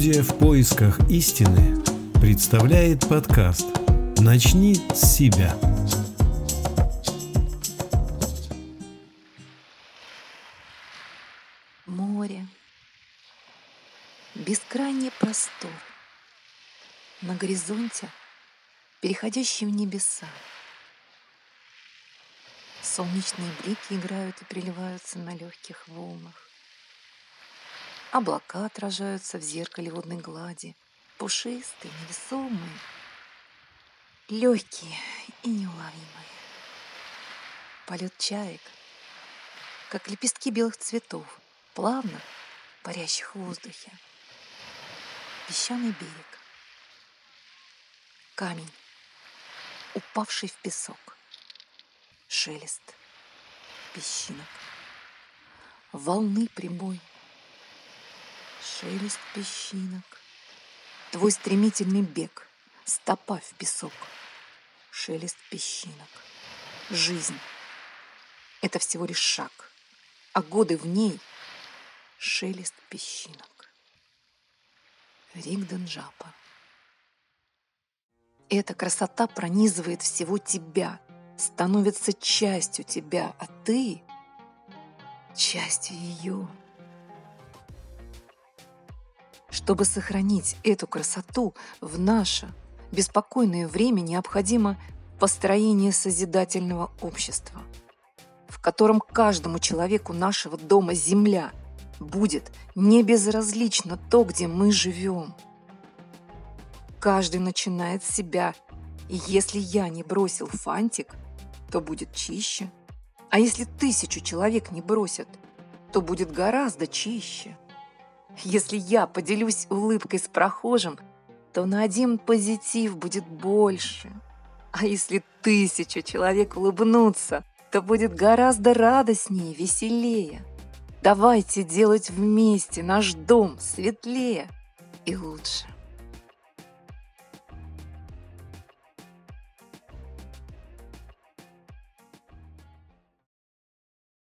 Студия «В поисках истины» представляет подкаст «Начни с себя». Море, бескрайний простор, на горизонте переходящий в небеса. Солнечные блики играют и переливаются на легких волнах. Облака отражаются в зеркале водной глади, пушистые, невесомые, легкие и неуловимые. Полет чаек, как лепестки белых цветов, плавно парящих в воздухе. Песчаный берег, камень, упавший в песок, шелест песчинок, волны прибой, шелест песчинок, твой стремительный бег, стопа в песок, шелест песчинок. Жизнь — это всего лишь шаг, а годы в ней — шелест песчинок. Rigdon Джапа. Эта красота пронизывает всего тебя, становится частью тебя, а ты — частью ее. Чтобы сохранить эту красоту в наше беспокойное время, необходимо построение созидательного общества, в котором каждому человеку нашего дома земля будет не безразлично то, где мы живем. Каждый начинает с себя, и если я не бросил фантик, то будет чище. А если 1000 человек не бросят, то будет гораздо чище. Если я поделюсь улыбкой с прохожим, то на один позитив будет больше. А если 1000 человек улыбнутся, то будет гораздо радостнее, веселее. Давайте делать вместе наш дом светлее и лучше.